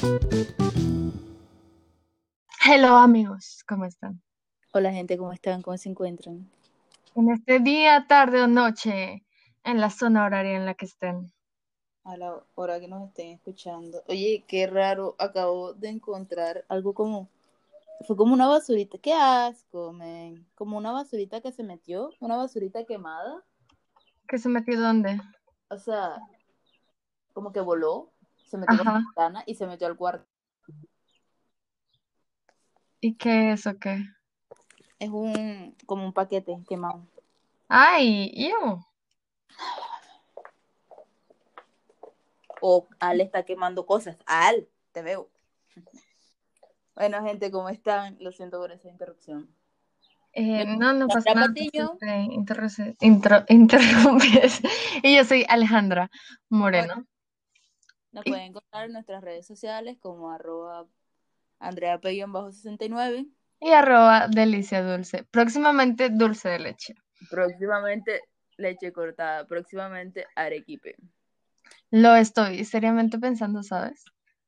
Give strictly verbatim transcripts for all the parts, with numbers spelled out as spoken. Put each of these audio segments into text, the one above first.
Hello amigos, ¿cómo están? Hola gente, ¿cómo están? ¿Cómo se encuentran? En este día, tarde o noche, en la zona horaria en la que estén. A la hora que nos estén escuchando. Oye, qué raro, acabo de encontrar algo como, fue como una basurita, qué asco, men. Como una basurita que se metió, una basurita quemada, ¿Qué se metió dónde? o sea, como que voló, se metió por Ajá. la ventana y se metió al cuarto. ¿Y qué es o qué? Es un, como un paquete quemado. Ay, yo. O Al está quemando cosas. Al, te veo. Bueno, gente, ¿cómo están? Lo siento por esa interrupción. Eh, Mi no, no nombre pasa es nada, Patiño. tú te interrumpe- intro- interrumpes. Y yo soy Alejandra Moreno. Nos Y, pueden encontrar en nuestras redes sociales como arroba Andrea sesenta y nueve. y arroba delicia dulce. Próximamente dulce de leche. Próximamente leche cortada, próximamente arequipe. Lo estoy seriamente pensando, ¿sabes?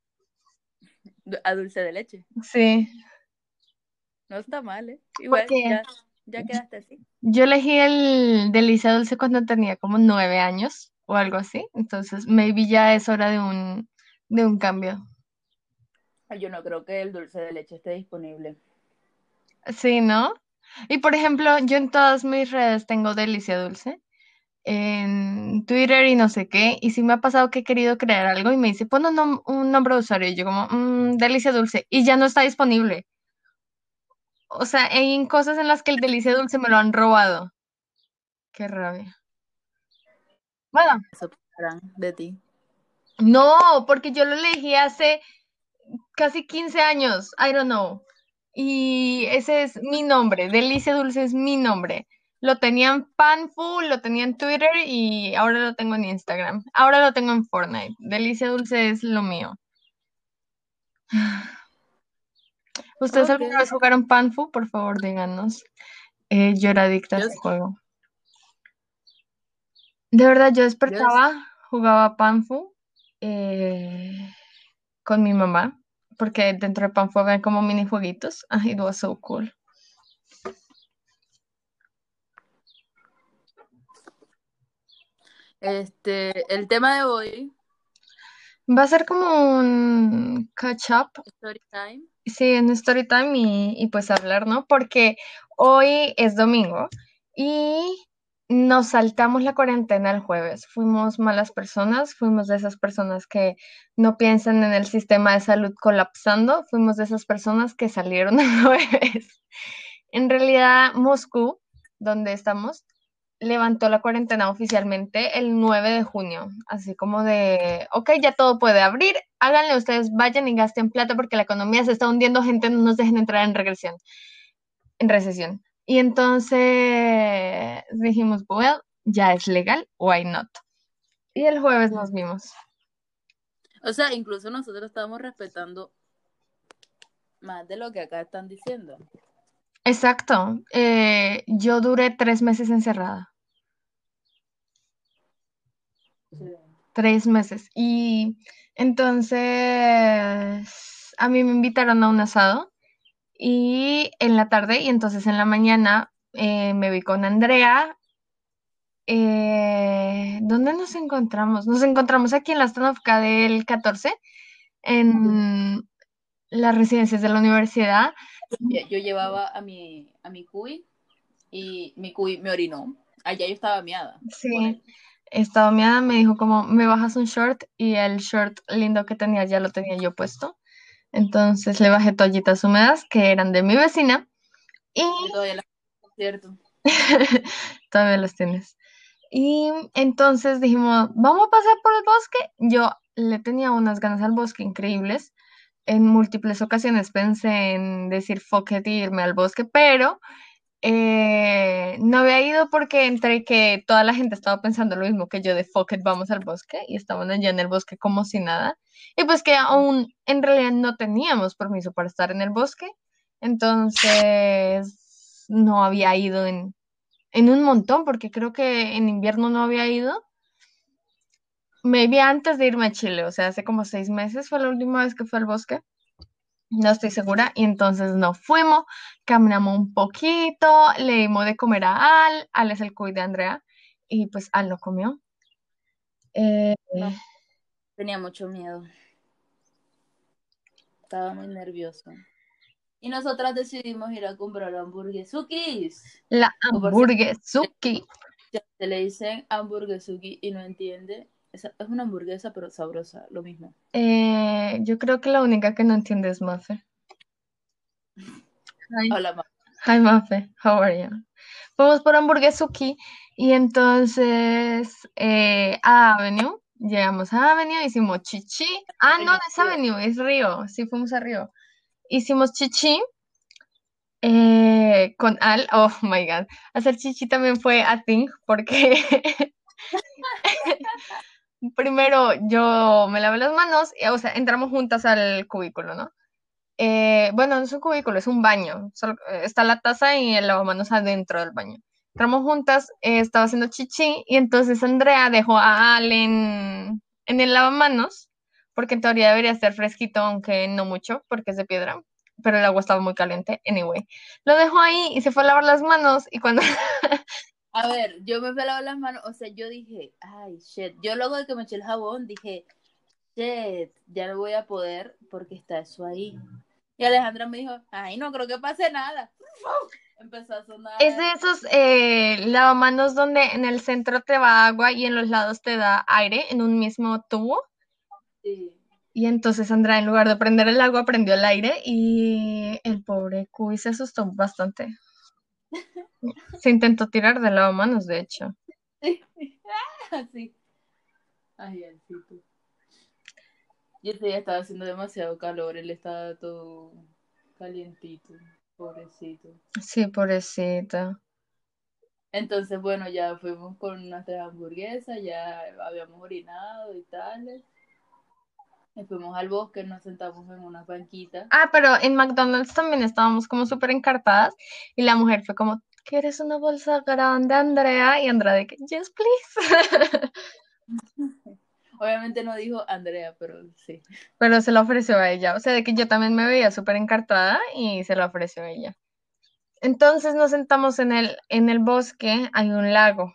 A dulce de leche. Sí, No está mal, ¿eh? Igual, porque ya, ya quedaste así. yo elegí el Delicia Dulce cuando tenía como nueve años o algo así. Entonces, maybe ya es hora de un, de un cambio. Yo no creo que el dulce de leche esté disponible. Sí, ¿no? Y por ejemplo, yo en todas mis redes tengo Delicia Dulce, en Twitter y no sé qué. Y sí me ha pasado que he querido crear algo y me dice, pon un, nom- un nombre de usuario. Y yo como, "Mm, Delicia Dulce". Y ya no está disponible. O sea, hay cosas en las que el Delicia Dulce me lo han robado. Qué rabia. Bueno, Eso pensarán de ti. no, porque yo lo elegí hace casi quince años, I don't know. Y ese es mi nombre, Delicia Dulce es mi nombre. Lo tenía en Panfu, lo tenía en Twitter y ahora lo tengo en Instagram. Ahora lo tengo en Fortnite. Delicia Dulce es lo mío. ¿Ustedes Ok. alguna vez jugaron Panfu? Por favor, díganos. Eh, yo era adicta a Yo, ese juego. De verdad, yo yo, despertaba, jugaba Panfu eh, con mi mamá, porque dentro de Panfu había como minijueguitos. Ah, it was so cool. este, el tema de hoy, Va a ser como un catch up, story time. sí, en story time y, y pues hablar, ¿no? Porque hoy es domingo y nos saltamos la cuarentena el jueves. Fuimos malas personas, fuimos de esas personas que no piensan en el sistema de salud colapsando, fuimos de esas personas que salieron el jueves. En realidad, Moscú, donde estamos, levantó la cuarentena oficialmente el nueve de junio, así como de, ok, ya todo puede abrir, háganle ustedes, vayan y gasten plata porque la economía se está hundiendo, gente, no nos dejen entrar en regresión, en recesión. Y entonces dijimos, well, ya es legal, why not? Y el jueves nos vimos. O sea, incluso nosotros estamos respetando más de lo que acá están diciendo. Exacto, eh, yo duré tres meses encerrada, Sí. tres meses. Y entonces a mí me invitaron a un asado y en la tarde y entonces en la mañana eh, me vi con Andrea. Eh, ¿dónde nos encontramos? Nos encontramos aquí en la Stanovka del catorce, en las residencias de la universidad. Yo, yo llevaba a mi, a mi cuy y mi cuy me orinó. Allá yo estaba miada con Sí, él. estaba miada, me dijo como, me bajas un short y el short lindo que tenía ya lo tenía yo puesto. Entonces le bajé toallitas húmedas que eran de mi vecina y Yo todavía la cierto. todavía los tienes. Y entonces dijimos, vamos a pasar por el bosque. Yo le tenía unas ganas al bosque increíbles. En múltiples ocasiones pensé en decir fuck it y irme al bosque, pero eh, no había ido porque entre que toda la gente estaba pensando lo mismo que yo de fuck it, vamos al bosque y estaban allá en el bosque como si nada. Y pues que aún en realidad no teníamos permiso para estar en el bosque, entonces no había ido en, en un montón porque creo que en invierno no había ido. maybe antes de irme a Chile, o sea, hace como seis meses fue la última vez que fui al bosque. No estoy segura. Y entonces nos fuimos, caminamos un poquito, le dimos de comer a Al, Al es el cuy de Andrea, y pues Al lo comió. Eh, No, tenía mucho miedo. Estaba muy nervioso. Y nosotras decidimos ir a comprar hamburguesukis. la O por si hamburguesuki. se le dicen hamburguesuki y no entiende, es, es una hamburguesa pero sabrosa, lo mismo. Eh, yo creo que la única que no entiende es Mafe. Hi, Hola, mamá. hi Mafe, how are you? Fuimos por hamburguesuki y entonces eh, a Avenue, llegamos a Avenue, hicimos chichi. Ah, Ay, no, no no, es tío. Avenue, es Río. Sí, fuimos a Río. Hicimos chichi eh, con Al. Oh my God. Hacer chichi también fue a thing porque primero yo me lavé las manos, y, o sea, entramos juntas al cubículo, ¿no? Eh, bueno, no es un cubículo, es un baño. Solo- eh, está la taza y el lavamanos adentro del baño. Entramos juntas, eh, estaba haciendo chichi y entonces Andrea dejó a Al en, en el lavamanos, porque en teoría debería estar fresquito, aunque no mucho, porque es de piedra, pero el agua estaba muy caliente. Anyway, lo dejó ahí y se fue a lavar las manos y cuando A ver, yo me pelaba las manos, o sea, yo dije, ay, shit. Yo luego de que me eché el jabón dije, shit, ya no voy a poder porque está eso ahí. Y Alejandra me dijo, ay, no creo que pase nada. Empezó a es de sonar. esos eh, lavamanos donde en el centro te va agua y en los lados te da aire en un mismo tubo. Sí. Y entonces Andrea, en lugar de prender el agua, prendió el aire y el pobre Cuy se asustó bastante. Se intentó tirar del lavamanos, de hecho. Sí. Así. Ay, Alcito. Y ese día estaba haciendo demasiado calor, él estaba todo calientito, pobrecito. Sí, pobrecita. Entonces, bueno, ya fuimos con nuestras hamburguesas, ya habíamos orinado y tal. Y fuimos al bosque, nos sentamos en una banquita. Ah, pero en McDonald's también estábamos como súper encartadas y la mujer fue como, ¿quieres una bolsa grande, Andrea? Y Andrea de que, yes, please. Obviamente no dijo Andrea, pero sí. Pero se la ofreció a ella. O sea, de que yo también me veía súper encartada y se la ofreció a ella. Entonces nos sentamos en el, en el bosque, hay un lago.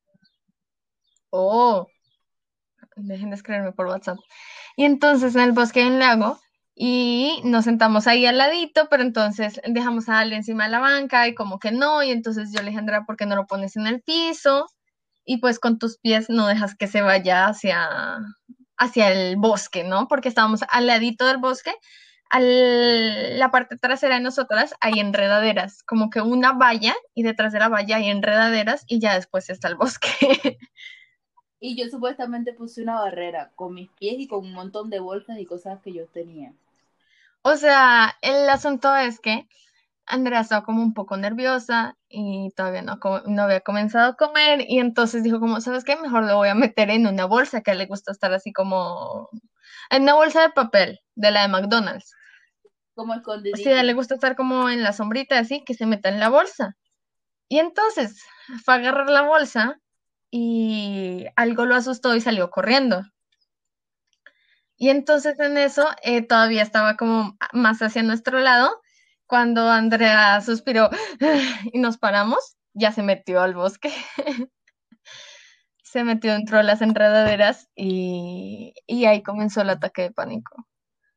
Oh, dejen de escribirme por WhatsApp. Y entonces en el bosque hay un lago y nos sentamos ahí al ladito, pero entonces dejamos a Ale encima de la banca y como que no, y entonces yo le dije, Andrea, ¿por qué no lo pones en el piso? Y pues con tus pies no dejas que se vaya hacia, hacia el bosque, ¿no? Porque estábamos al ladito del bosque, a la parte trasera de nosotras hay enredaderas, como que una valla y detrás de la valla hay enredaderas y ya después está el bosque. Y yo supuestamente puse una barrera con mis pies y con un montón de bolsas y cosas que yo tenía. O sea, el asunto es que Andrea estaba como un poco nerviosa y todavía no, co- no había comenzado a comer y entonces dijo como, ¿sabes qué? Mejor lo voy a meter en una bolsa que a él le gusta estar así como en una bolsa de papel de la de McDonald's. Como Sí, a él le escondidito. gusta estar como en la sombrita así, que se meta en la bolsa. Y entonces fue a agarrar la bolsa y algo lo asustó y salió corriendo. Y entonces en eso eh, todavía estaba como más hacia nuestro lado. Cuando Andrea suspiró y nos paramos, ya se metió al bosque, se metió dentro de las enredaderas y, y ahí comenzó el ataque de pánico.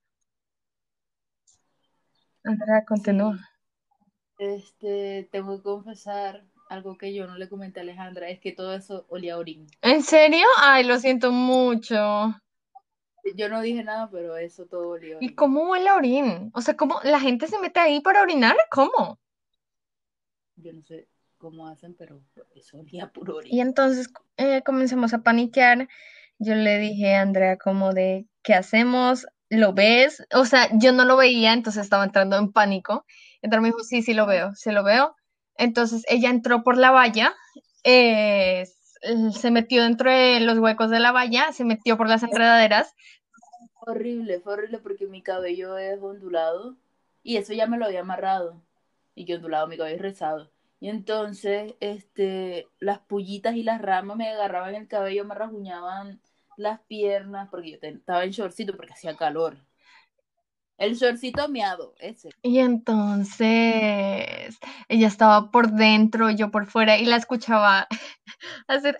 Andrea continúa. Sí. Este, tengo que confesar algo que yo no le comenté a Alejandra, es que todo eso olía a orín. ¿En serio? Ay, lo siento mucho. Yo no dije nada, pero eso todo olía a ¿Y orín. cómo huele a orín? O sea, ¿cómo la gente se mete ahí para orinar? ¿Cómo? Yo no sé cómo hacen, pero eso olía a puro Y orín. entonces eh, comenzamos a paniquear. Yo le dije a Andrea como de, ¿qué hacemos? ¿Lo ves? O sea, yo no lo veía, entonces estaba entrando en pánico. Entonces me dijo, sí, sí lo veo, sí lo veo. Entonces ella entró por la valla, eh, s- se metió dentro de los huecos de la valla, se metió por las enredaderas. Horrible, fue horrible porque mi cabello es ondulado y eso ya me lo había amarrado. Y que ondulado, mi cabello es rizado. Y entonces, este, las pullitas y las ramas me agarraban el cabello, me rasguñaban las piernas, porque yo te- estaba en shortcito porque hacía calor. El shortcito miado, ese. Y entonces ella estaba por dentro, yo por fuera, y la escuchaba hacer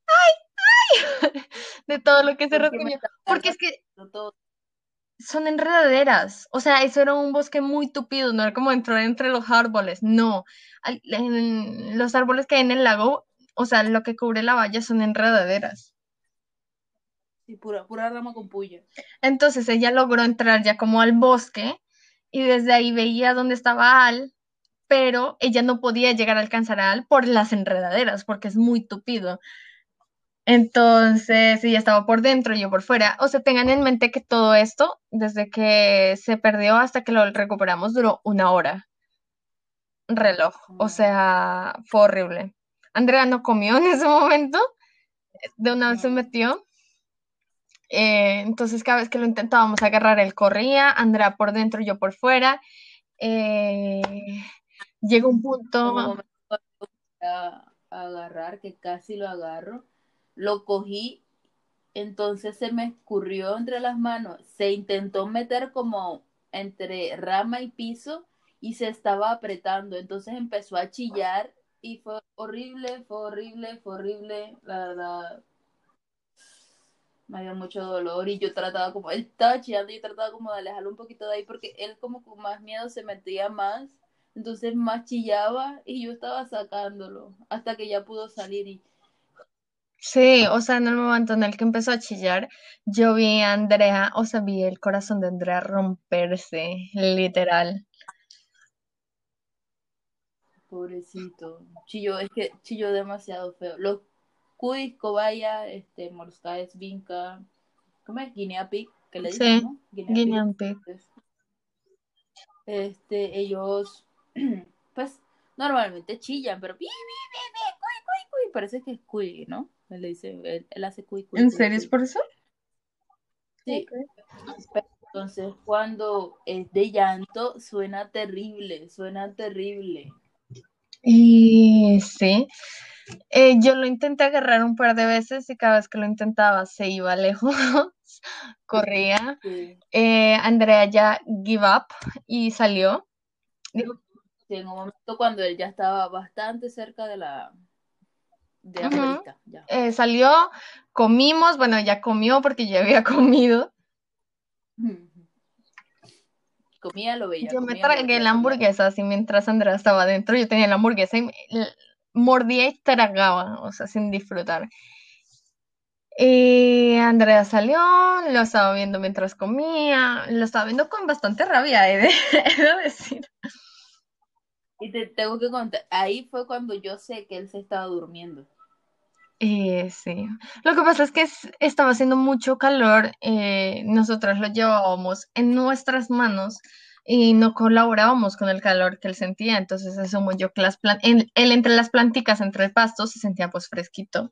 de todo lo que se Porque me rasguñó. estaba Porque es que agarrando todo. son enredaderas. O sea, eso era un bosque muy tupido, no era como entrar entre los árboles. No. Al- en los árboles que hay en el lago, o sea, lo que cubre la valla son enredaderas. Sí, pura, pura rama con puya. Entonces ella logró entrar ya como al bosque y desde ahí veía dónde estaba Al, pero ella no podía llegar a alcanzar a Al por las enredaderas, porque es muy tupido. Entonces ella estaba por dentro y yo por fuera. O sea, tengan en mente que todo esto, desde que se perdió hasta que lo recuperamos, duró una hora. Reloj. O No, sea, fue horrible. Andrea no comió en ese momento, de una vez se no, metió. Eh, entonces cada vez que lo intentábamos agarrar, él corría, Andrea por dentro, yo por fuera. Eh, llegó un hubo un punto, momento cuando a, a agarrar, que casi lo agarro, lo cogí, entonces se me escurrió entre las manos, se intentó meter como entre rama y piso y se estaba apretando, entonces empezó a chillar y fue horrible, fue horrible, fue horrible, la verdad, me dio mucho dolor y yo trataba como, él estaba chillando y yo trataba como de alejarlo un poquito de ahí porque él como con más miedo se metía más, entonces más chillaba y yo estaba sacándolo hasta que ya pudo salir y sí, o sea, en el momento en el que empezó a chillar, yo vi a Andrea, o sea, vi el corazón de Andrea romperse, literal. pobrecito, chilló, es que chilló demasiado feo. Los cuis, cobaya, este, morscaes, vinca, ¿cómo es? Guinea pig, que le dicen, Sí, ¿no? Guinea pig. guinea pig. Este, ellos, pues, normalmente chillan, pero pi, pi, pi, pi, cuy, cuy, cuy, parece que es cuy, ¿no? Él le dice, él, él hace cuy, cuy, ¿En cuy, serio es cuy. por eso? Sí, pero entonces cuando es de llanto suena terrible, suena terrible. Y sí, eh, yo lo intenté agarrar un par de veces y cada vez que lo intentaba se iba lejos, corría. Sí, Eh, Andrea ya give up y salió. Dijo, sí, en un momento cuando él ya estaba bastante cerca de la, de "Ujú". afuerita, ya. Eh, salió, comimos, bueno, ya comió porque ya había comido. Comía lo veía, Yo me comía lo tragué veía, la comía. hamburguesa así mientras Andrea estaba adentro. Yo tenía la hamburguesa y me- l- mordía y tragaba, o sea, sin disfrutar. Y Andrea salió, lo estaba viendo mientras comía, lo estaba viendo con bastante rabia, he de, he de decir. Y te tengo que contar, ahí fue cuando yo sé que él se estaba durmiendo. Eh, sí. Lo que pasa es que es- estaba haciendo mucho calor, eh, nosotros lo llevábamos en nuestras manos y no colaborábamos con el calor que él sentía, entonces asumo yo que las plan- en- él entre las planticas, entre el pasto, se sentía pues fresquito,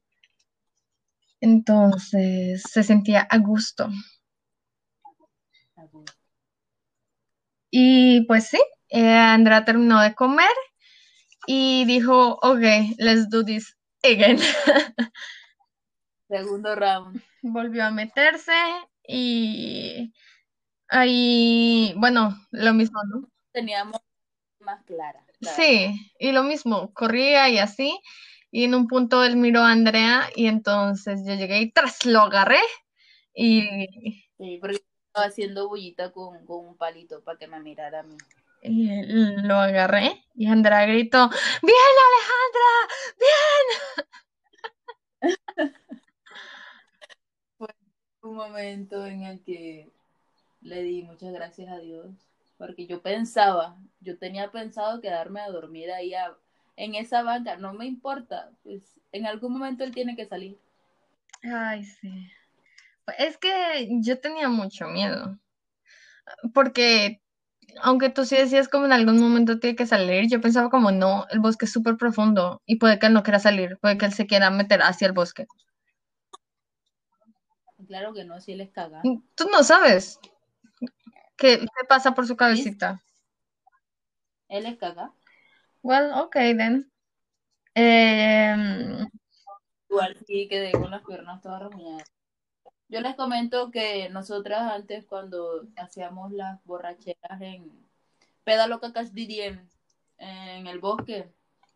entonces se sentía a gusto. Y pues sí, eh, Andrea terminó de comer y dijo, ok, let's do this again. Segundo round. Volvió a meterse y ahí, bueno, lo mismo, ¿no? Teníamos más clara, la verdad. Sí, y lo mismo, corría y así, y en un punto él miró a Andrea y entonces yo llegué y tras lo agarré y, Sí, porque estaba haciendo bullita con, con un palito para que me mirara a mí. y lo agarré y Andrea gritó, ¡Bien, Alejandra! Fue un momento en el que le di muchas gracias a Dios, porque yo pensaba, yo tenía pensado quedarme a dormir ahí a- en esa banca, no me importa, pues en algún momento él tiene que salir. Bien! Ay, sí. Es que yo tenía mucho miedo, porque aunque tú sí decías como en algún momento tiene que salir, yo pensaba como no, el bosque es súper profundo y puede que él no quiera salir, puede que él se quiera meter hacia el bosque. Claro que no, si él es cagá. Tú no sabes qué, qué pasa por su Sí, cabecita. él es cagá. Well, okay then. Em, Igual sí quedé con las piernas todas remuñadas. Yo les comento que nosotras antes cuando hacíamos las borracheras en Pedaloca Casdidien, en el bosque,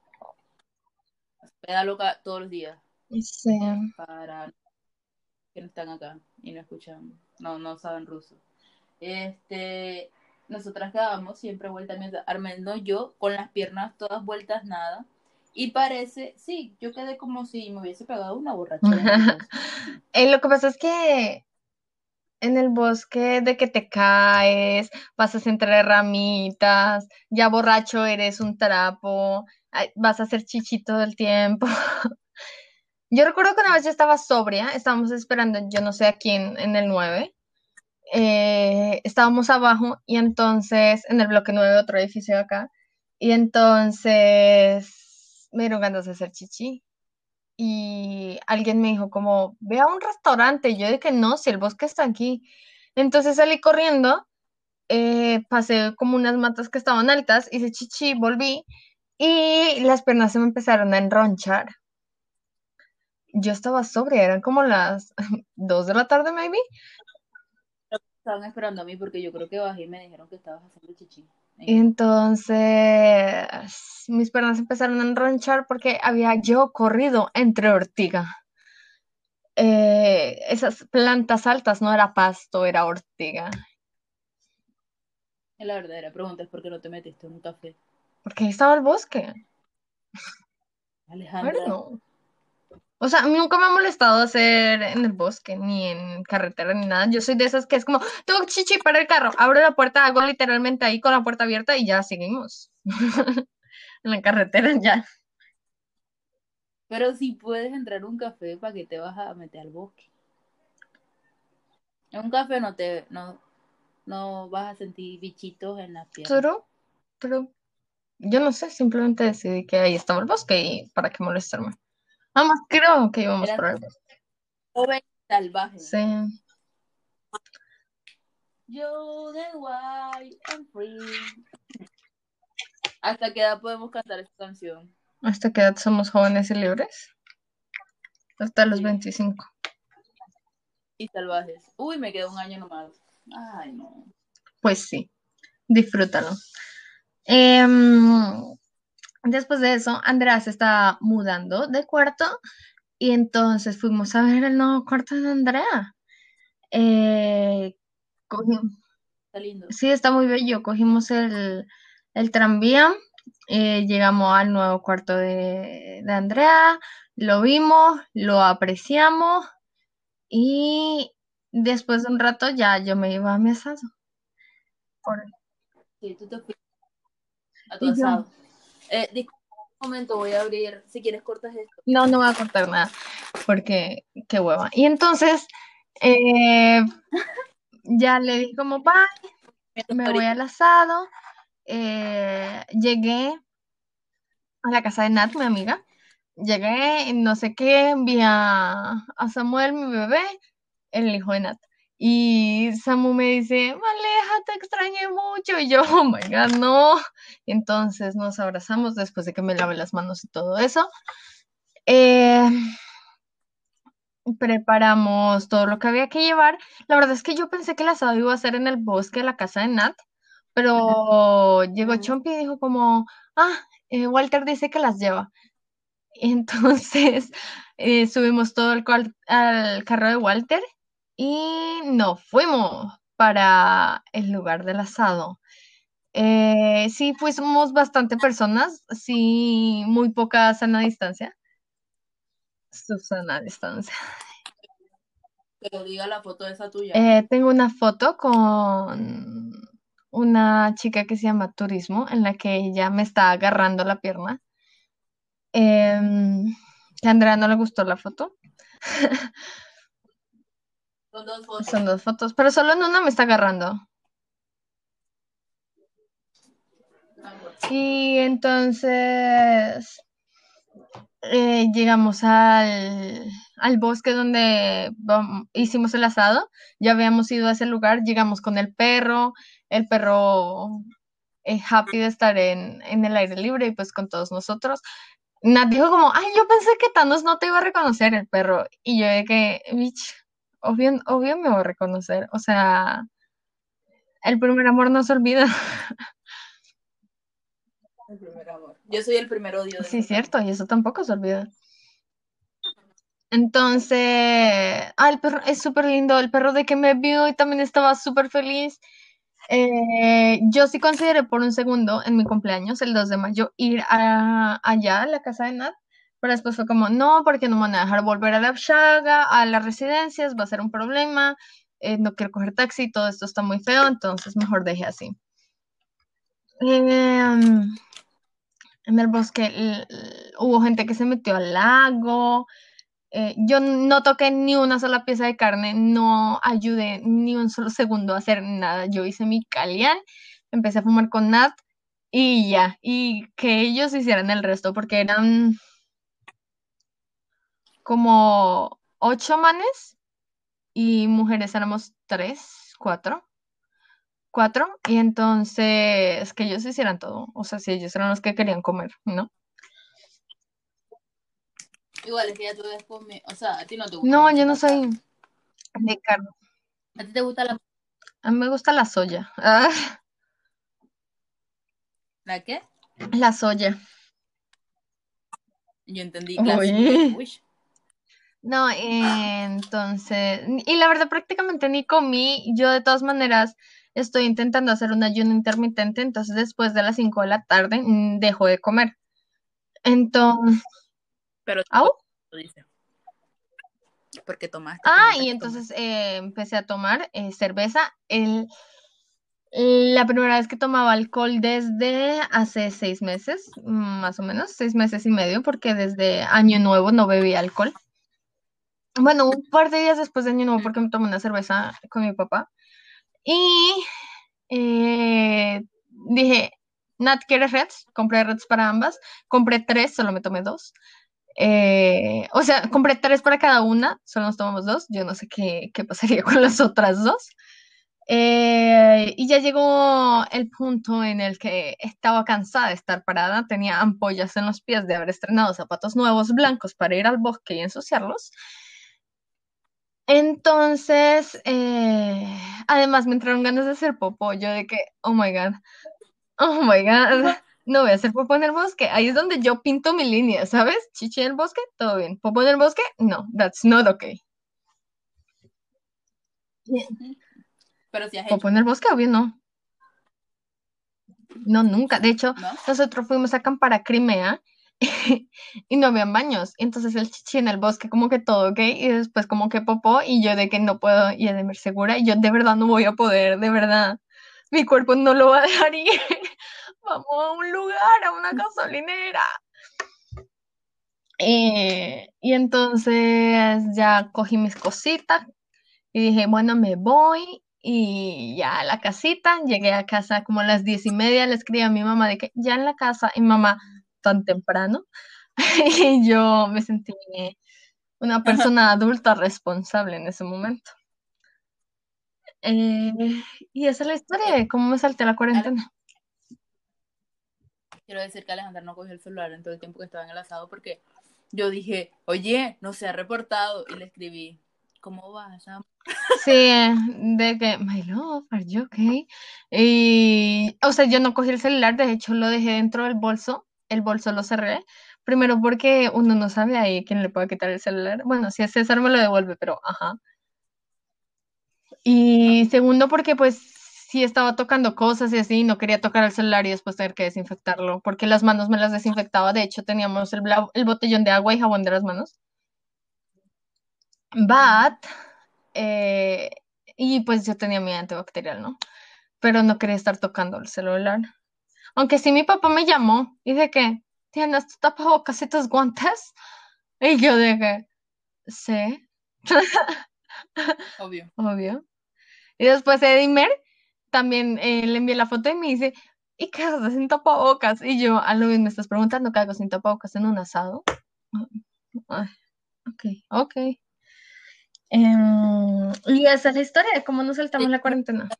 Pedaloca todos los días, Sí. para que no están acá y no escuchan, no, no saben ruso. Este, nosotras quedábamos siempre vueltas, al menos yo, con las piernas todas vueltas nada. Y parece, sí, yo quedé como si me hubiese pegado una borrachera en el bosque. Eh, lo que pasa es que en el bosque de que te caes, pasas entre ramitas, ya borracho eres un trapo, ay, vas a hacer chichi todo el tiempo. Yo recuerdo que una vez yo estaba sobria, estábamos esperando, yo no sé a quién, en el nueve, eh, estábamos abajo y entonces, en el bloque nueve, otro edificio de acá, y entonces me dieron ganas de hacer chichi. Y alguien me dijo como, ve a un restaurante. Y yo dije, no, si el bosque está aquí. Entonces salí corriendo, eh, pasé como unas matas que estaban altas, hice chichi, volví y las piernas se me empezaron a enronchar. Yo estaba sobria, eran como las dos de la tarde, maybe. Estaban esperando a mí porque yo creo que bajé y me dijeron que estabas haciendo chichi en Y el bosque. entonces mis piernas empezaron a enronchar porque había yo corrido entre ortiga. Eh, esas plantas altas no era pasto, era ortiga. Y la verdadera pregunta es por qué no te metiste en un café. Porque ahí estaba el bosque. Pero Alejandra, no. O sea, a mí nunca me ha molestado hacer en el bosque, ni en carretera, ni nada. Yo soy de esas que es como, tengo chichi para el carro, abro la puerta, hago literalmente ahí con la puerta abierta y ya seguimos. En la carretera ya. pero si puedes entrar a un café, ¿para qué te vas a meter al bosque? En un café no te, no, no vas a sentir bichitos en las piernas. Pero, pero, yo no sé, simplemente decidí que ahí estaba el bosque y para qué molestarme. Además, creo que íbamos Eras por el bosque. joven salvaje. Sí. Yo de wild and free. ¿Hasta qué edad podemos cantar esta canción? ¿Hasta qué edad somos jóvenes y libres? Hasta los Sí. veinticinco. Y salvajes. Uy, me queda un año nomás. Ay, no. Pues sí, disfrútalo. Em, Después de eso, Andrea se está mudando de cuarto y entonces fuimos a ver el nuevo cuarto de Andrea. Eh, cogim- Está lindo. sí, está muy bello. Cogimos el, el tranvía, eh, llegamos al nuevo cuarto de, de Andrea, lo vimos, lo apreciamos y después de un rato ya yo me iba a mi asado. Por- Sí, tú te fuiste a tu Y yo, asado. Eh, disculpa un momento, voy a abrir. Si quieres, cortas esto. no, no voy a cortar nada porque qué hueva. Y entonces eh, ya le di como, bye, Mientras me voy ahorita. al asado. Eh, llegué a la casa de Nat, mi amiga. Llegué, no sé qué, vi a, a Samuel, mi bebé, el hijo de Nat. Y Samu me dice, Maleja, te extrañé mucho. Y yo, oh my God, no. Entonces nos abrazamos después de que me lave las manos y todo eso. Eh, Preparamos todo lo que había que llevar. La verdad es que yo pensé que el asado iba a ser en el bosque de la casa de Nat, pero llegó Ujú. Chompi y dijo como, ah, eh, Walter dice que las lleva. Entonces eh, subimos todo el cual- al carro de Walter y nos fuimos para el lugar del asado. Eh, sí, fuimos bastante personas, sí, muy poca sana distancia. Susana distancia. Que lo diga la foto de esa tuya. Eh, tengo una foto con una chica que se llama Turismo, en la que ella me está agarrando la pierna. Em, que a Andrea no le gustó la foto. Son dos fotos. Son dos fotos, pero solo en una me está agarrando. Ah, bueno. Y entonces eh, llegamos al, al bosque donde vam- hicimos el asado. Ya habíamos ido a ese lugar, llegamos con el perro. El perro eh, happy de estar en, en el aire libre y pues con todos nosotros. Nat dijo como, ay, yo pensé que Thanos no te iba a reconocer el perro. Y yo de que, bitch, obvio, obvio me voy a reconocer. O sea, el primer amor no se olvida. El primer amor. Yo soy el primer odio de Sí, esa también. cierto, y eso tampoco se olvida. Entonces, ah, el perro es súper lindo. El perro de que me vio y también estaba súper feliz. Eh, yo sí consideré por un segundo en mi cumpleaños, el dos de mayo, ir a, allá a la casa de Nat, pero después fue como, no, porque no me van a dejar volver a la Chaga, a las residencias, va a ser un problema, eh, no quiero coger taxi, todo esto está muy feo, entonces mejor dejé así. Eh, en el bosque l- l- hubo gente que se metió al lago, eh, yo no toqué ni una sola pieza de carne, no ayudé ni un solo segundo a hacer nada. Yo hice mi calián, empecé a fumar con Nat y ya, y que ellos hicieran el resto, porque eran como ocho manes y mujeres éramos tres, cuatro, cuatro, y entonces que ellos hicieran todo. O sea, si ellos eran los que querían comer, ¿no? Igual es que ya tú después me... O sea, a ti no te gusta No, yo mucho no la soy carne. de carne. ¿A ti te gusta la... A mí me gusta la soya. Ah, ¿La qué? la soya. Yo entendí la suya y yo, Uy. uy. No, eh, entonces, y la verdad prácticamente ni comí, yo de todas maneras estoy intentando hacer un ayuno intermitente, entonces después de las cinco de la tarde mm, dejo de comer. Entonces, Pero ¿au? lo dice. Porque tomaste, Ah, comiste y que entonces tomaste. eh, empecé a tomar eh, cerveza. El, la primera vez que tomaba alcohol desde hace seis meses, mm, más o menos, seis meses y medio, porque desde Año Nuevo no bebía alcohol. Bueno, un par de días después de Año Nuevo porque me tomé una cerveza con mi papá. Y eh, dije, Nat, ¿quieres Reds? Compré Reds para ambas. Compré tres, solo me tomé dos. Eh, o sea, compré tres para cada una, solo nos tomamos dos. Yo no sé qué, qué pasaría con las otras dos. Eh, y ya llegó el punto en el que estaba cansada de estar parada, tenía ampollas en los pies de haber estrenado zapatos nuevos blancos para ir al bosque y ensuciarlos. Entonces, eh, además me entraron ganas de hacer popó, yo de que, oh my God, oh my God, no voy a hacer popó en el bosque, ahí es donde yo pinto mi línea, ¿sabes? Chichi en el bosque, todo bien, popó en el bosque, no, that's not okay. Pero si has Popó hecho, en el bosque, obvio no, no, nunca, de hecho, ¿no? nosotros fuimos a acampar a Crimea y no habían baños, entonces el chichi en el bosque como que todo ok, y después como que popó, y yo de que no puedo, y de segura, y yo de verdad no voy a poder, de verdad. Mi cuerpo no lo va a dejar ir. Vamos a un lugar, a una gasolinera. Eh, y entonces ya cogí mis cositas y dije, bueno, me voy. Y ya a la casita, llegué a casa como a las diez y media, le escribí a mi mamá de que ya en la casa, y mamá, tan temprano. Y yo me sentí una persona adulta responsable en ese momento. Eh, y esa es la historia de cómo me salté la cuarentena. Quiero decir que Alejandra no cogió el celular en todo el tiempo que estaba en el asado porque yo dije, oye, no se ha reportado. Y le escribí, ¿cómo vas, amor? Sí, de que, my love, are you okay? Y, o sea, yo no cogí el celular, de hecho lo dejé dentro del bolso, el bolso lo cerré, primero porque uno no sabe ahí quién le puede quitar el celular, bueno, si es César me lo devuelve, pero ajá. Y segundo porque pues sí estaba tocando cosas y así, no quería tocar el celular y después tener que desinfectarlo, porque las manos me las desinfectaba, de hecho teníamos el, bla- el botellón de agua y jabón de las manos. But, eh, y pues yo tenía mi antibacterial, ¿no? Pero no quería estar tocando el celular. Aunque sí mi papá me llamó y de que, ¿tienes tu tapabocas y tus guantes? Y yo dije, sí, Obvio. obvio. Y después Edimer también eh, le envié la foto y me dice, ¿y qué haces sin tapabocas? Y yo, a lo mismo me estás preguntando qué hago sin tapabocas en un asado. Ay, ok, ok. Em, y esa es la historia de cómo nos Si saltamos la cuarentena.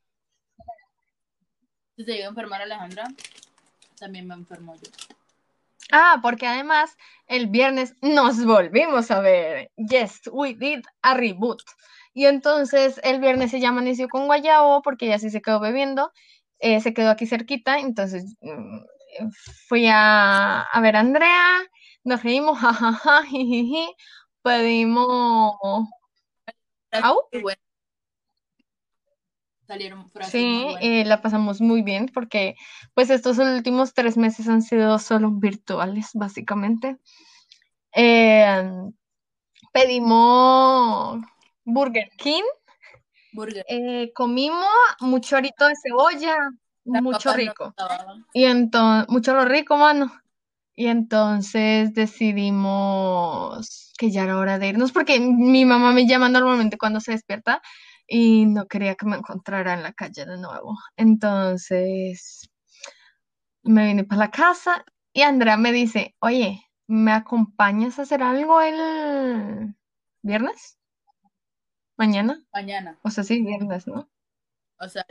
se llega a enfermar Alejandra, también me enfermo yo. Ah, porque además el viernes nos volvimos a ver. Yes, we did a reboot. Y entonces el viernes ella amaneció con guayabo porque ella sí se quedó bebiendo, eh, se quedó aquí cerquita, entonces mm, fui a, a ver a Andrea, nos reímos, jajaja, jijiji, pedimos... Frases ¿Au? muy buenas, salieron frases muy Sí, buenas. eh, la pasamos muy bien porque pues estos últimos tres meses han sido solo virtuales, básicamente. Eh, pedimos Burger King, Burger. eh, comimos mucho arito de cebolla, Las mucho papas no rico. estaban. Y entonces, mucho lo rico, mano. Y entonces decidimos que ya era hora de irnos porque mi mamá me llama normalmente cuando se despierta y no quería que me encontrara en la calle de nuevo. Entonces me vine para la casa y Andrea me dice, oye, ¿me acompañas a hacer algo el viernes? ¿Mañana? Mañana. O sea, sí, viernes, ¿no? O sea,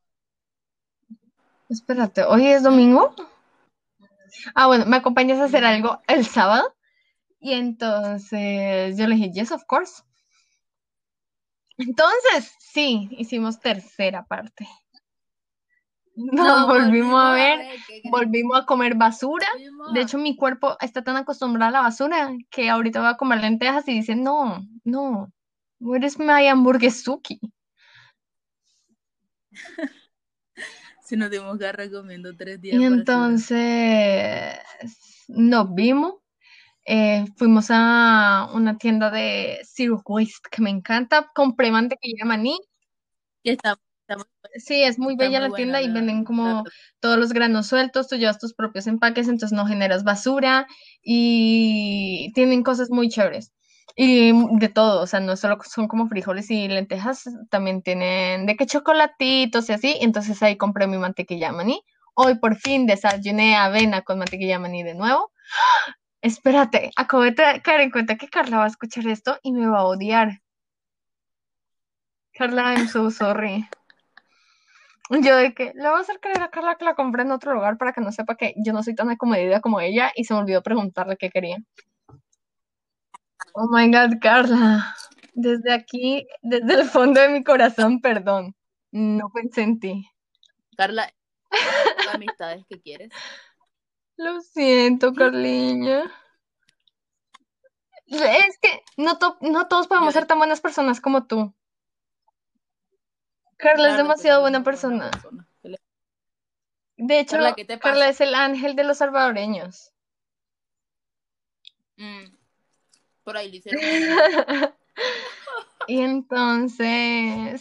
Espérate, ¿hoy es domingo? Ah, bueno, ¿me acompañas a hacer algo el sábado? Y entonces yo le dije, yes, of course. Entonces, sí, hicimos tercera parte. Nos nos volvimos a volvimos a ver, ver, ¿qué crees? volvimos a comer basura. Volvimos De a hecho, mi cuerpo está tan acostumbrado a la basura que ahorita voy a comer lentejas y dice, no, no, where is my hamburguesuki? si nos dimos garra comiendo tres Y días basura. entonces nos vimos, eh, fuimos a una tienda de Zero Waste que me encanta, compré mantequilla de maní. Que está, está, muy, Sí, es muy está bella muy la buena, tienda y la, venden la como verdad. todos los granos sueltos, tú llevas tus propios empaques, entonces no generas basura y tienen cosas muy chéveres. Y de todo, o sea, no solo son como frijoles y lentejas, también tienen de que chocolatitos y así, entonces ahí compré mi mantequilla de maní. Hoy por fin desayuné avena con mantequilla de maní de nuevo. Espérate, acabo de tra- caer en cuenta que Carla va a escuchar esto y me va a odiar. Carla, I'm so sorry. Yo de que le voy a hacer creer a Carla que la compré en otro lugar para que no sepa que yo no soy tan acomodida como ella y se me olvidó preguntarle qué quería. Oh my God, Carla. Desde aquí, desde el fondo de mi corazón, perdón. No pensé en ti. Carla, amistades que quieres. Lo siento, Carliña. Es que no, to- no todos Yo podemos ser de tan buenas personas como tú. Carla es la verdad es que demasiado Carla es buena muy buena persona. persona. De hecho, Carla, ¿qué te Carla pasa? es el ángel de los salvadoreños. Mm, por ahí le hicieron un meme. Y entonces,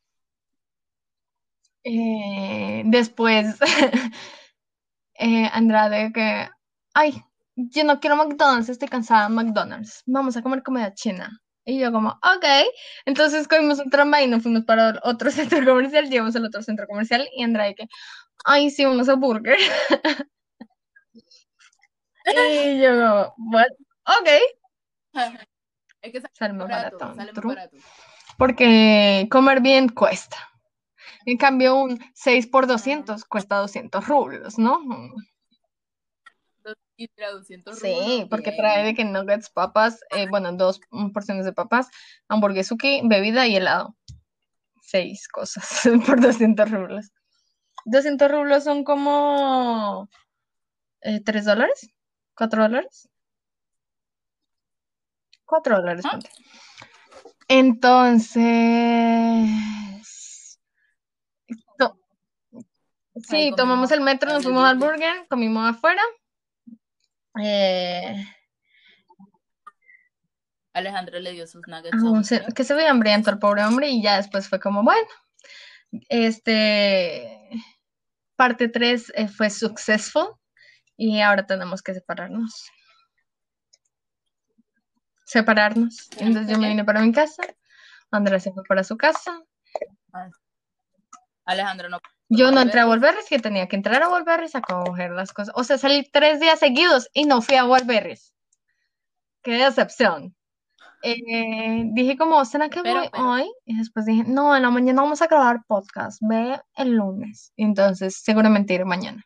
eh, después, eh, Andrade que, ay, yo no quiero McDonald's, estoy cansada de McDonald's, vamos a comer comida china. Y yo como, ok, entonces cogimos un tramvay y nos fuimos para otro centro comercial, llegamos al otro centro comercial y Andrade que, ay, sí, vamos a Burger. Y yo como, what? Ok, Es que sale sale más más barato, barato, sale más true. barato. Porque comer bien cuesta. En cambio, un seis por Ajá. doscientos cuesta doscientos rublos, ¿no? Dos- Y para doscientos Sí, rublos, porque trae de bien. que nuggets, papas, eh, bueno, dos mm, porciones de papas, hamburguesuki, bebida y helado. Seis cosas por doscientos rublos. Doscientos rublos son como eh, tres dólares, cuatro dólares, cuatro dólares, Ajá. ponte. Entonces, to- Ahí sí, tomamos comimos el metro, afuera nos en el fuimos al burger. burger, comimos afuera. Eh, Alejandra le dio sus a nuggets a un un se- señor. que se veía hambriento el pobre hombre y ya después fue como, bueno, este, parte tres eh, fue successful y ahora tenemos que separarnos. Separarnos. ¿Tenemos Entonces que yo me qué? vine para mi casa, Andrea se fue para su casa. Ah, Alejandra no Yo no puede entré a verles. Wolverines, que tenía que entrar a Wolverines a coger las cosas. O sea, salí tres días seguidos y no fui a Wolverines. Qué decepción. Eh, dije como, ¿será que Pero, voy pero, hoy? Y después dije, no, en la mañana vamos a grabar podcast, ve el lunes. Y entonces seguramente iré mañana.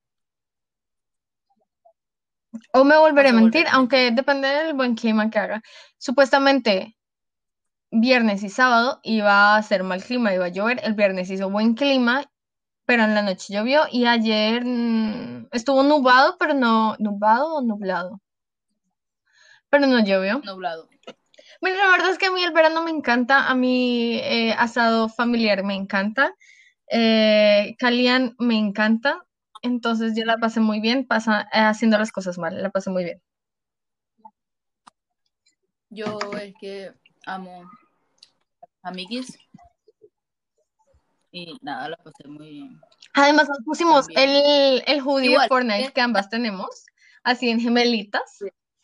O me o volveré a se mentir, volver a mentir. aunque depende del buen clima que haga. Supuestamente viernes y sábado iba a hacer mal clima, iba a llover. El viernes hizo buen clima, pero en la noche llovió y ayer mm, estuvo nublado, pero no, nublado o nublado, pero no llovió. Nublado. Mira, la verdad es que a mí el verano me encanta, a mí eh, asado familiar me encanta, eh, Calian me encanta, entonces yo la pasé muy bien, pasa, eh, haciendo las cosas mal, la pasé muy bien. Yo es que amo amiguis y nada, la pasé muy bien Además nos pusimos también. el, el hoodie de Igual, Fortnite eh, que ambas tenemos, así en gemelitas.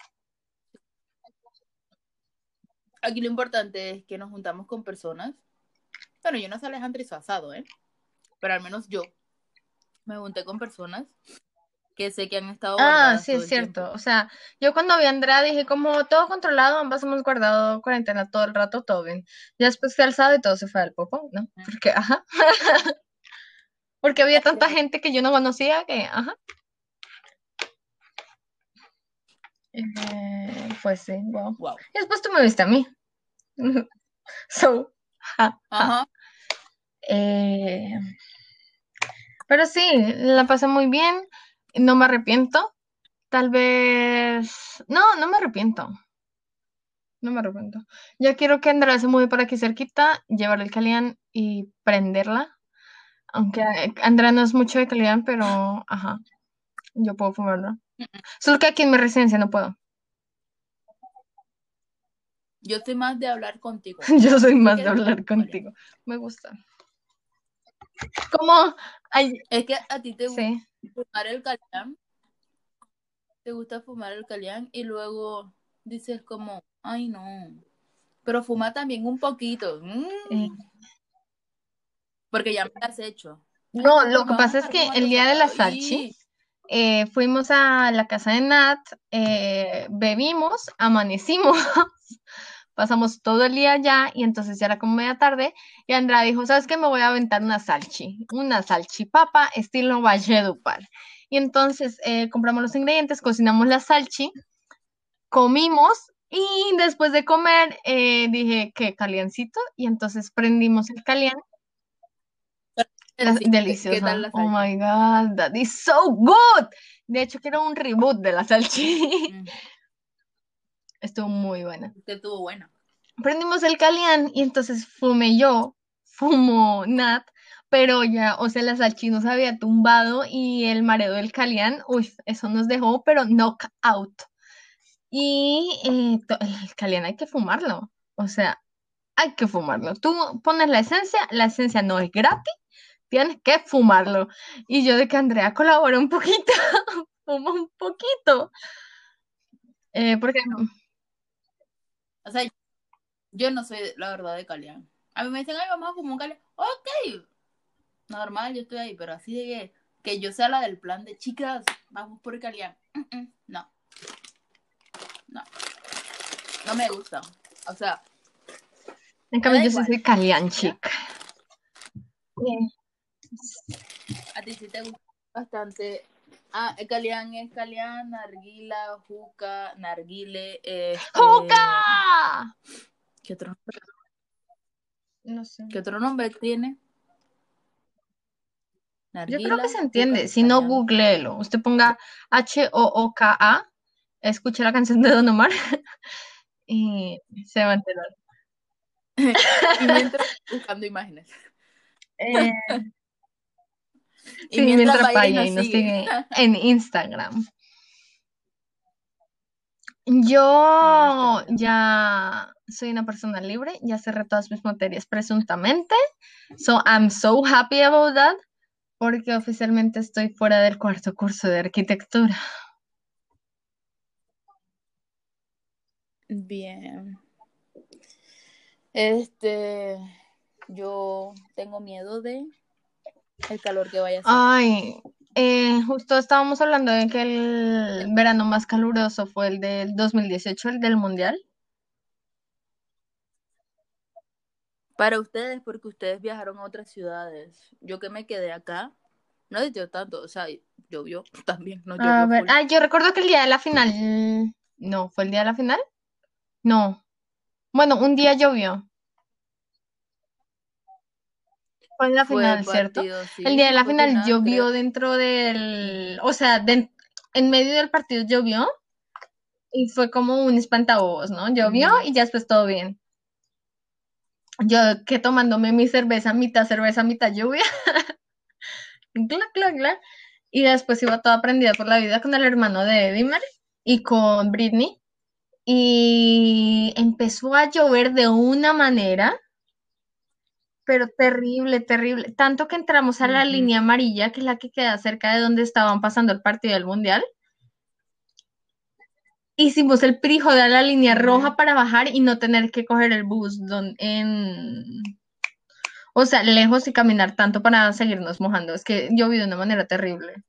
aquí lo importante es que nos juntamos con personas. Bueno, yo no soy Alejandra y su asado, ¿eh? Pero al menos yo me junté con personas que sé que han estado Ah, guardadas sí, todo es el tiempo. cierto. O sea, yo cuando vi a Andrea dije como todo controlado, ambas hemos guardado cuarentena todo el rato, todo bien. Ya después fui al sábado y todo se fue al popo, ¿no? Porque, ajá, porque había tanta gente que yo no conocía que, ajá. Eh, pues sí, wow. Wow. Y después tú me viste a mí. So, ja, ja. Ajá. Eh, pero sí, la pasé muy bien. No me arrepiento. Tal vez. No, no me arrepiento. No me arrepiento. Ya quiero que Andrea se mueve para aquí cerquita, llevar el Calian y prenderla. Aunque eh, Andrea no es mucho de Calian, pero ajá, yo puedo fumarlo. Solo que aquí en mi residencia no puedo. Yo estoy más de hablar contigo. Yo Ya, soy si más de quieres, hablar vale. contigo. Me gusta. ¿Cómo? Ay, Es que a ti te gusta sí. fumar el calián, te gusta fumar el calián y luego dices como, ay no, pero fuma también un poquito, mm, Eh, porque ya me lo has hecho. Ay no, no, lo porque que vamos a pasa es estar que el fumando día de la cerrado. Salchi, Y eh, fuimos a la casa de Nat, eh, bebimos, amanecimos, pasamos todo el día allá y entonces ya era como media tarde y Andrea dijo, ¿sabes qué? Me voy a aventar una salchi, una salchipapa estilo Valledupar. Y entonces eh, compramos los ingredientes, cocinamos la salchi, comimos y después de comer eh, dije que caliancito y entonces prendimos el calián. La- sí, ¿qué, qué tal deliciosa. la Oh salsa? my God, that is so good. De hecho, quiero un reboot de la salchi. Mm, Estuvo muy buena. que estuvo buena. Prendimos el calián y entonces fumé yo, fumó Nat, pero ya, o sea, la salchi nos había tumbado y el mareo del calián, uy, eso nos dejó, pero knockout. Y eh, to- el calián hay que fumarlo, o sea, hay que fumarlo. Tú pones la esencia, la esencia no es gratis, tienes que fumarlo. Y yo de que Andrea colabora un poquito, fuma un poquito, eh, porque O sea, yo no soy la verdad de calián. A mí me dicen, ay, vamos a fumar un calián. Ok, normal, yo estoy ahí, pero así de que, que yo sea la del plan de chicas, vamos por el calián. Mm, mm, no, no, no me gusta. O sea, en me cambio da yo sí igual, soy calián ¿ya? chic. Sí. A ti sí te gusta bastante. Ah, el calián es calián, narguila, juca, narguile, ¡Juca! este... ¿Qué otro, No sé. ¿Qué otro nombre tiene? Yo creo que Narguila, se juca, entiende. Si no, calián. googleelo. Usted ponga H O O K A, escuche la canción de Don Omar y se va a enterar. Y mientras, buscando imágenes. Eh, Y sí, mientras mientras vaya y vaya y nos nos sigue. sigue en Instagram. En Yo Instagram. ya soy una persona libre, ya cerré todas mis materias presuntamente. So I'm so happy about that, porque oficialmente estoy fuera del cuarto curso de arquitectura. Bien. Este, yo tengo miedo de el calor que vaya a hacer. Ay, eh, justo estábamos hablando de que el verano más caluroso fue el del dos mil dieciocho, el del Mundial. Para ustedes, porque ustedes viajaron a otras ciudades. Yo que me quedé acá, no llovió tanto, o sea, llovió también, no A llovió ver, full. ay, yo recuerdo que el día de la final, no, ¿fue el día de la final? No. Bueno, un día llovió. Fue en la Fue final, ¿cierto? partido, El día de sí, la fue final final, llovió creo. dentro del, Ujú. o sea, den- en medio del partido llovió y fue como un espantabobos, ¿no? Llovió Ujú. y ya después todo bien. Yo que tomándome mi cerveza, mitad cerveza, mitad lluvia, gla, gla, gla. Y después iba toda prendida por la vida con el hermano de Edimer y con Britney. Y empezó a llover de una manera, pero terrible, terrible. Tanto que entramos a la Ujú. línea amarilla, que es la que queda cerca de donde estaban pasando el partido del Mundial. Hicimos el prijo de la línea Ujú. roja para bajar y no tener que coger el bus don- en, o sea, lejos y caminar tanto para seguirnos mojando. Es que llovió de una manera terrible.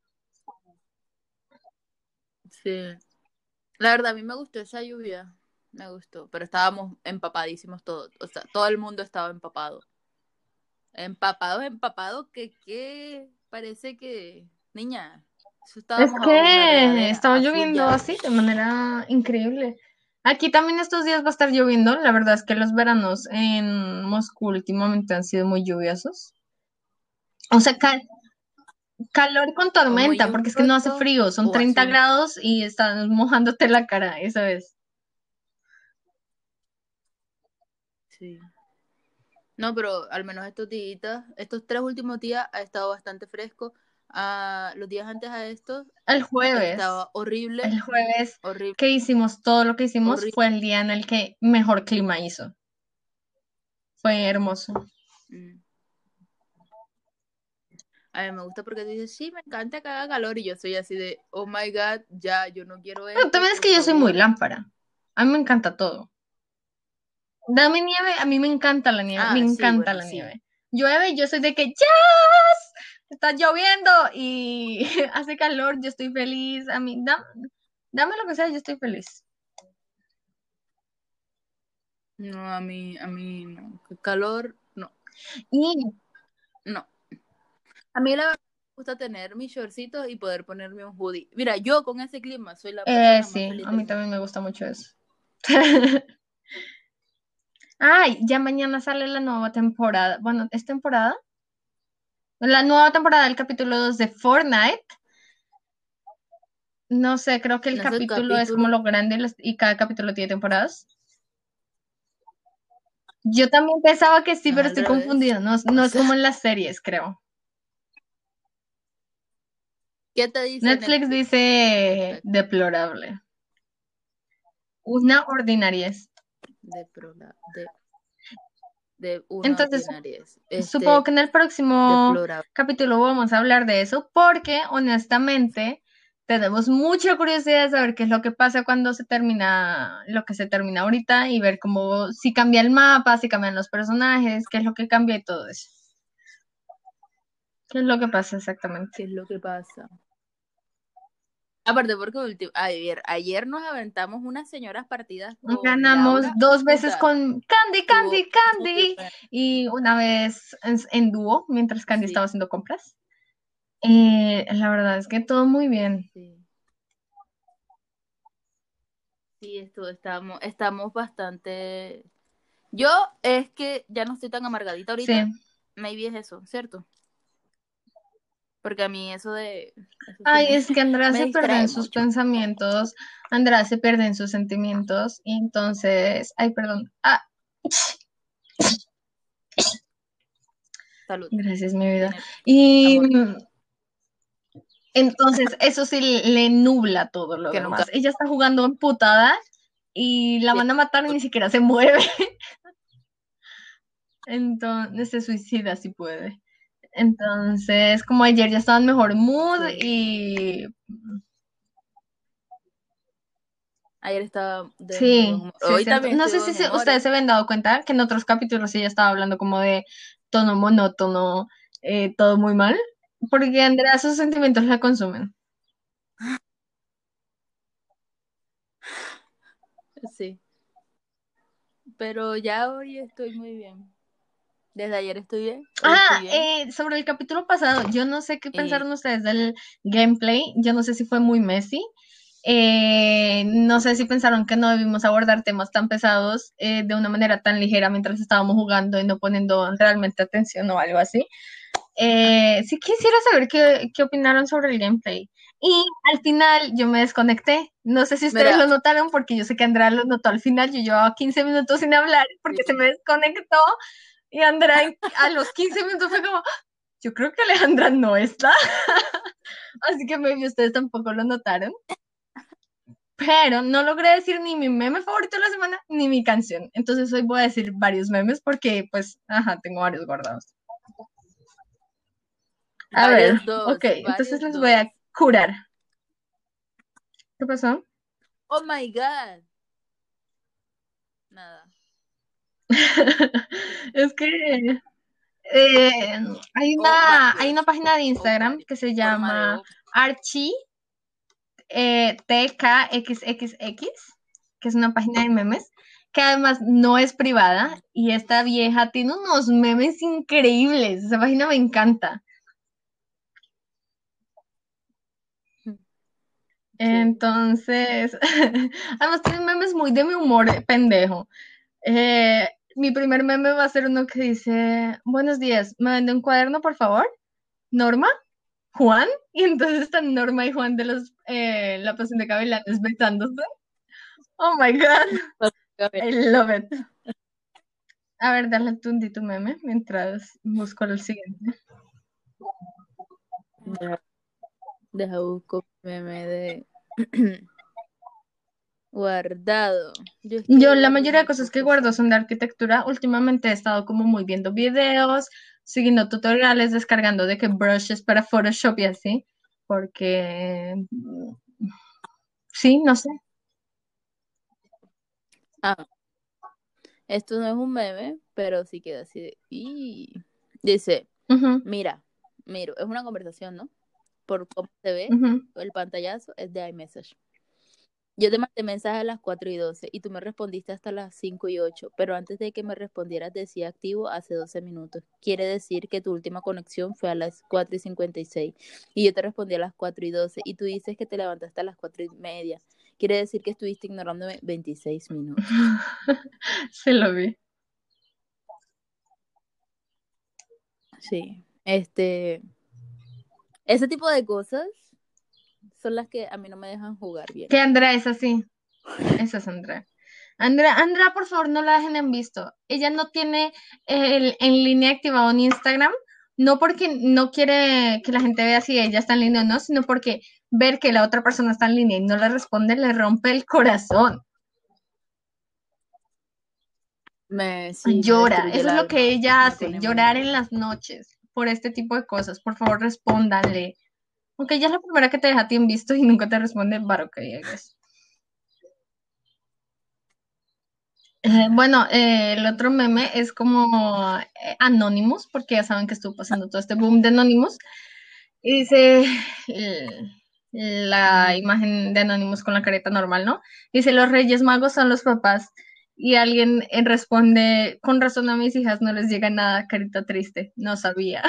Sí. La verdad, a mí me gustó esa lluvia. Me gustó. Pero estábamos empapadísimos todos. O sea, todo el mundo estaba empapado. Empapados, empapados, que qué parece que, niña, eso Es estábamos abajo de una que regadera, estaba a full lloviendo llave. así de manera increíble. Aquí también estos días va a estar lloviendo. La verdad es que los veranos en Moscú últimamente han sido muy lluviosos. O sea, ca- calor con O muy tormenta, porque es que no hace lluvioso frío, son o treinta azul. grados y están mojándote la cara, esa vez. Sí. No, pero al menos estos días, estos tres últimos días ha estado bastante fresco. Ah, los días antes a estos El jueves, estaba horrible, el jueves horrible, que hicimos todo lo que hicimos horrible. fue el día en el que mejor clima hizo. Fue hermoso. Mm. A mí me gusta porque tú dices, sí, me encanta que haga calor y yo soy así de, oh my God, ya, yo no quiero Pero esto, también es por que yo soy muy favor. lámpara. A mí me encanta todo. Dame nieve, a mí me encanta la nieve, me Ah, sí, encanta bueno, la sí. nieve. Llueve y yo soy de que ¡Yes! Está lloviendo y hace calor, yo estoy feliz. A mí, da- dame lo que sea, yo estoy feliz. No, a mí, a mí no. Calor, no, Y no. A mí la verdad me gusta tener mis shortcitos y poder ponerme un hoodie. Mira, yo con ese clima soy la eh, persona más sí, feliz a del mí mundo. también me gusta mucho eso. Ay, ya mañana sale la nueva temporada. Bueno, ¿es temporada? La nueva temporada del capítulo dos de Fortnite. No sé, creo que el No es el capítulo es como capítulo, lo grande y las- y cada capítulo tiene temporadas. Yo también pensaba que sí, no es pero al estoy revés. confundida. No, es- O no es sea, como en las series, creo. ¿qué te dice Netflix Netflix al dice respecto? deplorable. Una ordinariez. De, prola- de, de una Entonces, ordinaria. supongo Este, que en el próximo deplorable. capítulo vamos a hablar de eso porque honestamente tenemos mucha curiosidad de saber qué es lo que pasa cuando se termina lo que se termina ahorita y ver cómo si cambia el mapa, si cambian los personajes, qué es lo que cambia y todo eso. ¿Qué es lo que pasa exactamente? ¿Qué es lo que pasa? Aparte, porque ulti- ayer, ayer nos aventamos unas señoras partidas con Ganamos Laura. dos veces Puta, con Candy, estuvo Candy, muy Candy bueno. y una vez en, en dúo mientras Candy Sí, estaba haciendo compras. Eh, la verdad es que todo muy bien. sí. Sí, esto, estamos, estamos bastante. Yo es que ya no estoy tan amargadita Sí. ahorita. Maybe es eso, ¿cierto? Porque a mí eso de. Eso sí Ay, me, es que Andrea me se pierde distrae en sus mucho. pensamientos, Andrea se pierde en sus sentimientos y entonces, ay, perdón. Ah, Salud. gracias, mi vida. Tiene Y amor. mm, entonces eso sí le nubla todo lo Que nunca. demás. Ella está jugando emputada y la van a matar y ni siquiera se mueve. Entonces se suicida si puede. Entonces, como ayer ya estaba en mejor mood Sí. y Ayer estaba de muy buen sí, humor. sí es Hoy cierto. también No estoy sé de si buen se- humor, ustedes ¿eh? se habían dado cuenta que en otros capítulos ella estaba hablando como de tono monótono, eh, todo muy mal, porque Andrea sus sentimientos la consumen. Sí. Pero ya hoy estoy muy bien. Desde ayer estoy bien. Hoy estoy Ah, bien. eh, sobre el capítulo pasado, yo no sé qué Y pensaron ustedes del gameplay, yo no sé si fue muy Messi, Eh, no sé si pensaron que no debimos abordar temas tan pesados eh, de una manera tan ligera mientras estábamos jugando y no poniendo realmente atención o algo así. Eh, sí quisiera saber qué, qué opinaron sobre el gameplay. Y al final yo me desconecté. No sé si ustedes Mira, lo notaron porque yo sé que Andrea lo notó al final. Yo llevaba quince minutos sin hablar porque se sí. me desconectó y Andrea a los quince minutos fue como, yo creo que Alejandra no está. Así que maybe ustedes tampoco lo notaron. Pero no logré decir ni mi meme favorito de la semana ni mi canción. Entonces hoy voy a decir varios memes porque pues, ajá, tengo varios guardados. A ver, Varios ok, dos, entonces varios les voy dos. a curar. ¿Qué pasó? Oh my God. Nada. Es que eh, hay Oh, una, hay una varios. página de Oh, Instagram varios. que se Forma de llama O. Archie eh, T K X X X, que es una página de memes, que además no es privada y esta vieja tiene unos memes increíbles. Esa página me encanta. Sí. Entonces, además tiene memes muy de mi humor eh, pendejo. Eh, mi primer meme va a ser uno que dice, buenos días, ¿me vende un cuaderno, por favor? ¿Norma? ¿Juan? Y entonces están Norma y Juan de los, eh, la pasión de Gavilanes besándose. Oh my God, I love it. A ver, dale tú un tu meme mientras busco el siguiente. Deja, deja busco meme de guardado. Yo es Yo que la guardo mayoría de muy cosas que poco, guardo ¿sabes? son de arquitectura. Últimamente he estado como muy viendo videos, siguiendo tutoriales, descargando de que brushes para Photoshop y así, porque mm, sí, no sé. Ah, esto no es un meme, pero sí queda así de... "Ih". Dice, Ujú, mira, miro, es una conversación, ¿no? Por cómo se ve, ujú. el pantallazo es de iMessage. Yo te mandé mensaje a las cuatro y doce y tú me respondiste hasta las cinco y ocho, pero antes de que me respondieras decía activo hace doce minutos. Quiere decir que tu última conexión fue a las cuatro y cincuenta y seis y yo te respondí a las cuatro y doce y tú dices que te levantaste a las cuatro y media. Quiere decir que estuviste ignorándome veintiséis minutos. Se lo vi. Sí, este, ese tipo de cosas son las que a mí no me dejan jugar bien. Que Andrea es así. Esa es Andrea. Andrea, Andrea, por favor, no la dejen en visto. Ella no tiene el en línea activado en Instagram, no porque no quiere que la gente vea si ella está en línea o no, sino porque ver que la otra persona está en línea y no le responde le rompe el corazón. Me, sí, me Llora. destruye Eso el es lo alma, que ella me hace, pone muy llorar mal. en las noches por este tipo de cosas. Por favor, respóndanle. Aunque ella es la primera que te deja a ti en visto y nunca te responde, but okay, I guess. Eh, bueno, eh, el otro meme es como eh, Anonymous, porque ya saben que estuvo pasando todo este boom de Anonymous. Y dice el- la imagen de Anonymous con la careta normal, ¿no? Dice, los Reyes Magos son los papás. Y alguien eh, responde, con razón a mis hijas no les llega nada, carita triste. No sabía.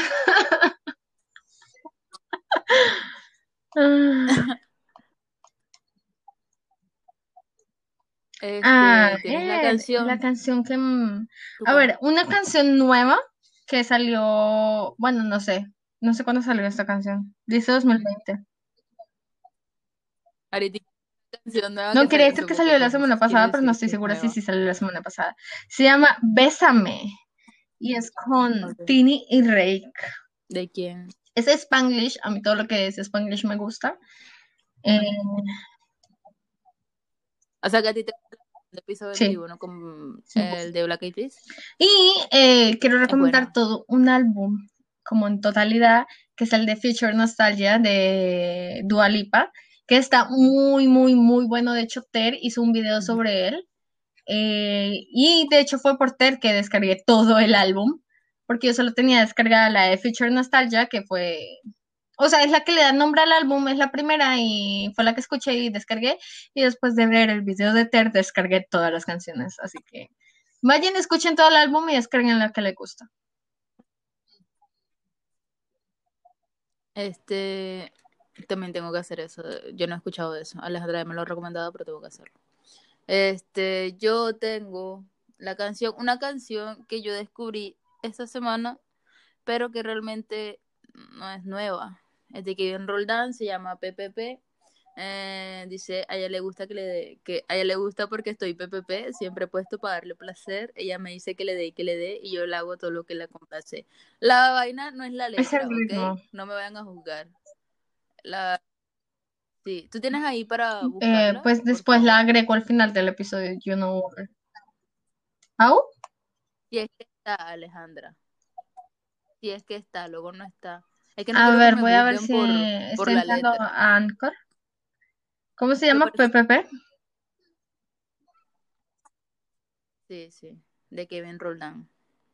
Ah, Este, tienes la eh, la canción. canción que... mm, Tu A can- ver, una canción nueva que salió, bueno, no sé, no sé cuándo salió esta canción. Dice dos mil veinte. Ahorita canción nueva No, que quería salió decir hace que poco, salió la pues semana quiere pasada, pero no decir estoy que es segura si nueva. sí salió la semana pasada. Se llama Bésame y es con Okay. Tini y Rake. ¿De quién? Es Spanglish, a mí todo lo que es Spanglish me gusta. Eh, O sea, que a ti te gusta el piso sí, veintiuno con sí. el de Black Eyed Peas. Y eh, quiero Es recomendar bueno. todo un álbum, como en totalidad, que es el de Future Nostalgia de Dua Lipa, que está muy, muy, muy bueno. De hecho, Ter hizo un video Ujú. sobre él. Eh, y de hecho fue por Ter que descargué todo el álbum, porque yo solo tenía descargada la de Future Nostalgia, que fue, o sea, es la que le da nombre al álbum, es la primera y fue la que escuché y descargué. Y después de ver el video de Ter, descargué todas las canciones. Así que vayan, escuchen todo el álbum y descarguen la que les gusta. Este. También tengo que hacer eso. Yo no he escuchado de eso. Alejandra me lo ha recomendado, pero tengo que hacerlo. Este, yo tengo la canción, una canción que yo descubrí esta semana, pero que realmente no es nueva. Es de Kevin Roldán, se llama P P P. Eh, dice, a ella le gusta que le dé, que a ella le gusta porque estoy P P P, siempre he puesto para darle placer. Ella me dice que le dé y que le dé, y yo le hago todo lo que la complace. La vaina no es la Es el letra, ¿ok? ritmo. No me vayan a juzgar. La, sí, ¿tú tienes ahí para Eh, buscarla, pues por después la favor? agrego al final del episodio, you know. ¿Au? Si es que está, Alejandra. Si es que está, luego no está. Es que no A quiero que ver, me voy a ver juzguen si por, por estoy la entrando letra. a Anchor. ¿Cómo se ¿Te llama? parece? P P P. Sí, sí, de Kevin Roldán.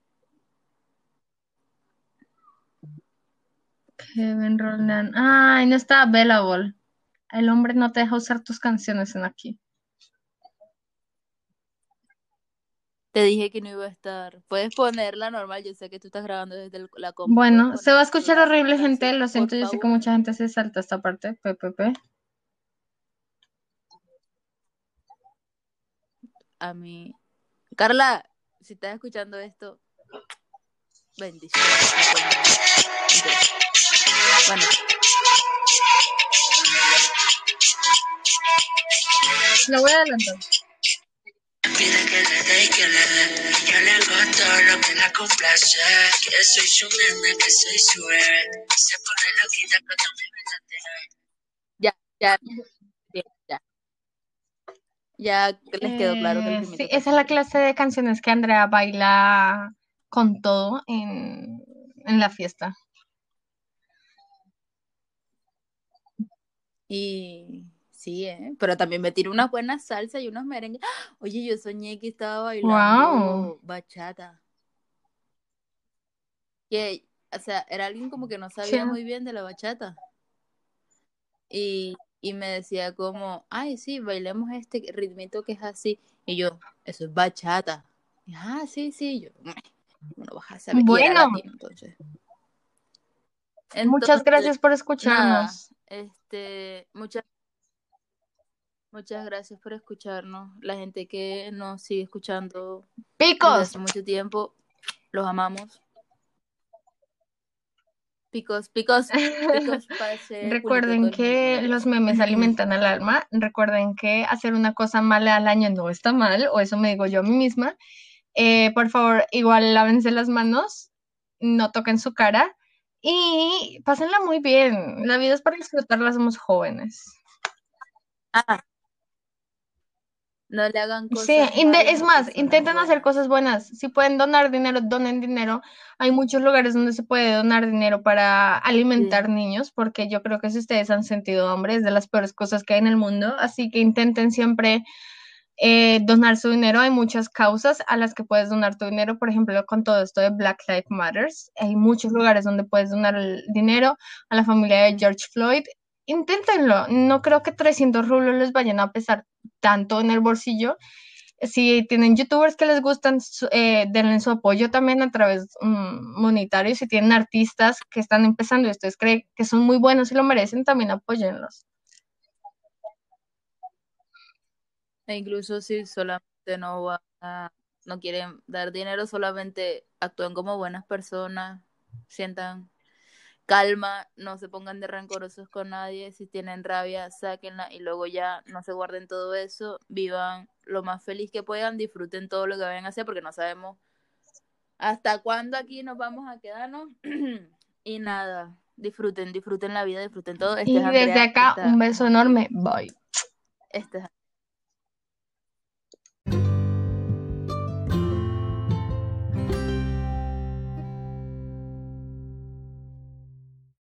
Kevin Roland. Ay, no está available. El hombre no te deja usar tus canciones en aquí. Te dije que no iba a estar. Puedes ponerla normal, yo sé que tú estás grabando desde el- la compu, puedes Bueno, se poner va a escuchar la horrible, gente. canción, Lo por siento, yo sé que favor. mucha gente se salta esta parte. P P P. A mí. Carla, si estás escuchando esto, bendiciones, me cuentas. Mentira. Bueno, Lo voy a adelantar. Pide que le dé y que le dé. Yo le hago todo lo que la complace. Que soy su nena, que soy su bebé. Se pone loquita cuando me ve la tele. ya, ya, ya, ya. Ya les quedó claro que el Eh, sí, ritmito está esa es la chévere. clase de canciones que Andrea baila con todo en, en la fiesta. Y sí, ¿eh? Pero también me tiró una buena salsa y unos merengues. ¡Ah! Oye, yo soñé que estaba Wow. bailando bachata. Que, o sea, era alguien como que no Sí. sabía muy bien de la bachata. Y, y me decía como, ay, sí, bailemos este ritmito que es así. Y yo, eso es bachata. Y, ah, sí, sí. Yo, bueno, vas a saber. Y era Bueno, latino, entonces. muchas Entonces, gracias por nada, escucharnos. este, muchas, muchas gracias por escucharnos. La gente que nos sigue escuchando desde Picos. hace mucho tiempo, los amamos. Picos, picos, picos para ese culito Recuerden todo el mundo, que los marica. memes alimentan al alma. Recuerden que hacer una cosa mala al año no está mal, o eso me digo yo a mí misma. Eh, por favor, igual lávense las manos, no toquen su cara y pásenla muy bien. La vida es para disfrutarla, somos jóvenes. Ah, no le hagan Sí, cosas inte- malas es a más, personas intenten hacer buenas. cosas buenas. Si pueden donar dinero, donen dinero. Hay muchos lugares donde se puede donar dinero para alimentar Sí. niños, porque yo creo que si ustedes han sentido hambre es de las peores cosas que hay en el mundo. Así que intenten siempre eh, donar su dinero. Hay muchas causas a las que puedes donar tu dinero. Por ejemplo, con todo esto de Black Lives Matters, hay muchos lugares donde puedes donar el dinero a la familia de George Floyd. Inténtenlo. No creo que trescientos rublos les vayan a pesar tanto en el bolsillo. Si tienen youtubers que les gustan, eh, denle su apoyo también a través um, monetario. Si tienen artistas que están empezando y ustedes creen que son muy buenos y lo merecen, también apóyenlos. E incluso si solamente no van a, no quieren dar dinero, solamente actúen como buenas personas, sientan calma, no se pongan de rencorosos con nadie, si tienen rabia, sáquenla y luego ya no se guarden todo eso, vivan lo más feliz que puedan, disfruten todo lo que vayan a hacer porque no sabemos hasta cuándo aquí nos vamos a quedarnos. Y nada, disfruten, disfruten la vida, disfruten todo. Este es Y desde Andrea, acá, un esta es beso Ángel, enorme. Bye. este es